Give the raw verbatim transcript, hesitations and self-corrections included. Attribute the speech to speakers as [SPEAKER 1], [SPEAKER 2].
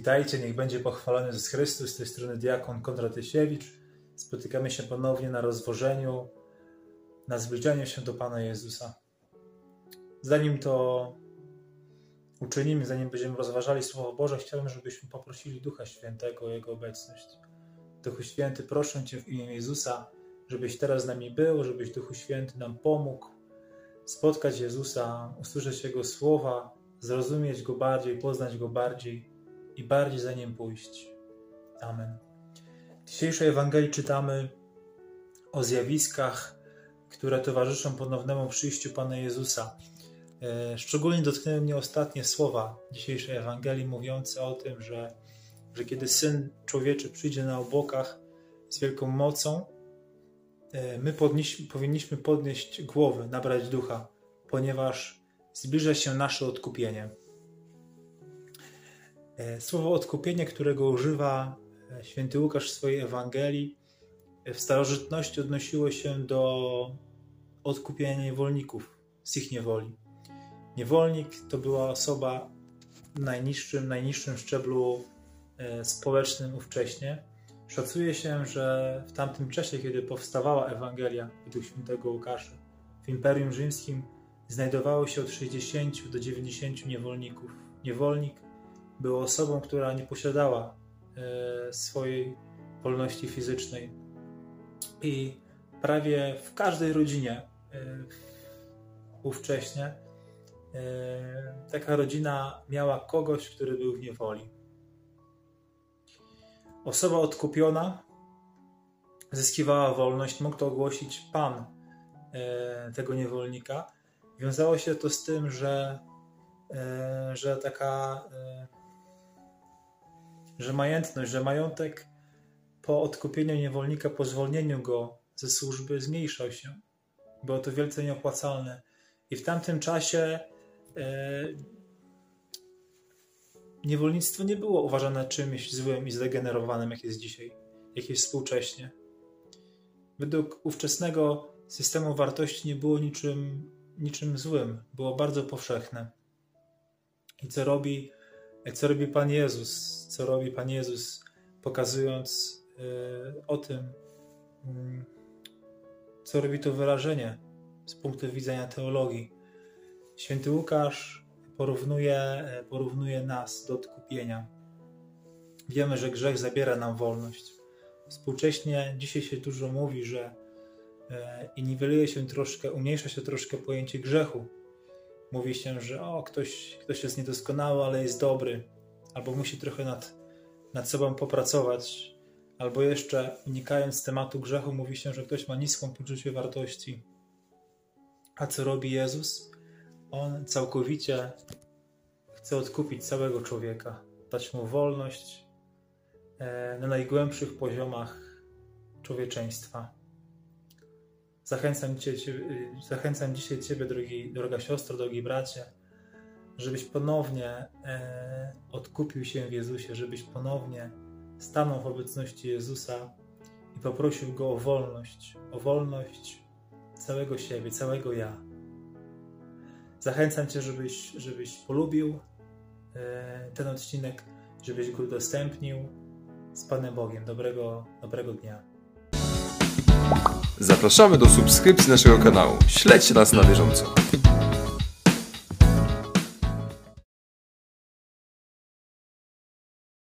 [SPEAKER 1] Witajcie, niech będzie pochwalony Jezus Chrystus. Z tej strony diakon Konrad Jasiewicz. Spotykamy się ponownie na rozwożeniu, na zbliżeniu się do Pana Jezusa. Zanim to uczynimy, zanim będziemy rozważali Słowo Boże, chciałbym, żebyśmy poprosili Ducha Świętego o Jego obecność. Duchu Święty, proszę Cię w imię Jezusa, żebyś teraz z nami był, żebyś Duchu Święty nam pomógł spotkać Jezusa, usłyszeć Jego słowa, zrozumieć Go bardziej, poznać Go bardziej i bardziej za Nim pójść. Amen. W dzisiejszej Ewangelii czytamy o zjawiskach, które towarzyszą ponownemu przyjściu Pana Jezusa. Szczególnie dotknęły mnie ostatnie słowa dzisiejszej Ewangelii, mówiące o tym, że, że kiedy Syn Człowieczy przyjdzie na obłokach z wielką mocą, my podnieś, powinniśmy podnieść głowy, nabrać ducha, ponieważ zbliża się nasze odkupienie. Słowo odkupienie, którego używa święty Łukasz w swojej Ewangelii, w starożytności odnosiło się do odkupienia niewolników z ich niewoli. Niewolnik to była osoba w najniższym, najniższym szczeblu społecznym ówcześnie. Szacuje się, że w tamtym czasie, kiedy powstawała Ewangelia według świętego Łukasza, w Imperium Rzymskim znajdowało się od sześćdziesięciu do dziewięćdziesięciu niewolników. Niewolnik był osobą, która nie posiadała e, swojej wolności fizycznej. I prawie w każdej rodzinie e, ówcześnie e, taka rodzina miała kogoś, który był w niewoli. Osoba odkupiona zyskiwała wolność, mógł to ogłosić pan e, tego niewolnika. Wiązało się to z tym, że, e, że taka e, że majętność, że majątek po odkupieniu niewolnika, po zwolnieniu go ze służby zmniejszał się. Było to wielce nieopłacalne. I w tamtym czasie e, niewolnictwo nie było uważane czymś złym i zdegenerowanym, jak jest dzisiaj, jak jest współcześnie. Według ówczesnego systemu wartości nie było niczym, niczym złym. Było bardzo powszechne. I co robi, co robi Pan Jezus? Co robi Pan Jezus, pokazując yy, o tym, yy, co robi to wyrażenie z punktu widzenia teologii. Święty Łukasz porównuje, porównuje nas do odkupienia. Wiemy, że grzech zabiera nam wolność. Współcześnie dzisiaj się dużo mówi, że yy, i niweluje się troszkę, umniejsza się troszkę pojęcie grzechu. Mówi się, że o, ktoś, ktoś jest niedoskonały, ale jest dobry. Albo musi trochę nad, nad sobą popracować. Albo jeszcze, unikając tematu grzechu, mówi się, że ktoś ma niską poczucie wartości. A co robi Jezus? On całkowicie chce odkupić całego człowieka. Dać mu wolność na najgłębszych poziomach człowieczeństwa. Zachęcam dzisiaj, zachęcam dzisiaj Ciebie, drogi, droga siostro, drogi bracie, żebyś ponownie e, odkupił się w Jezusie, żebyś ponownie stanął w obecności Jezusa i poprosił Go o wolność, o wolność całego siebie, całego ja. Zachęcam Cię, żebyś, żebyś polubił e, ten odcinek, żebyś go udostępnił. Z Panem Bogiem. Dobrego, dobrego dnia.
[SPEAKER 2] Zapraszamy do subskrypcji naszego kanału. Śledźcie nas na bieżąco.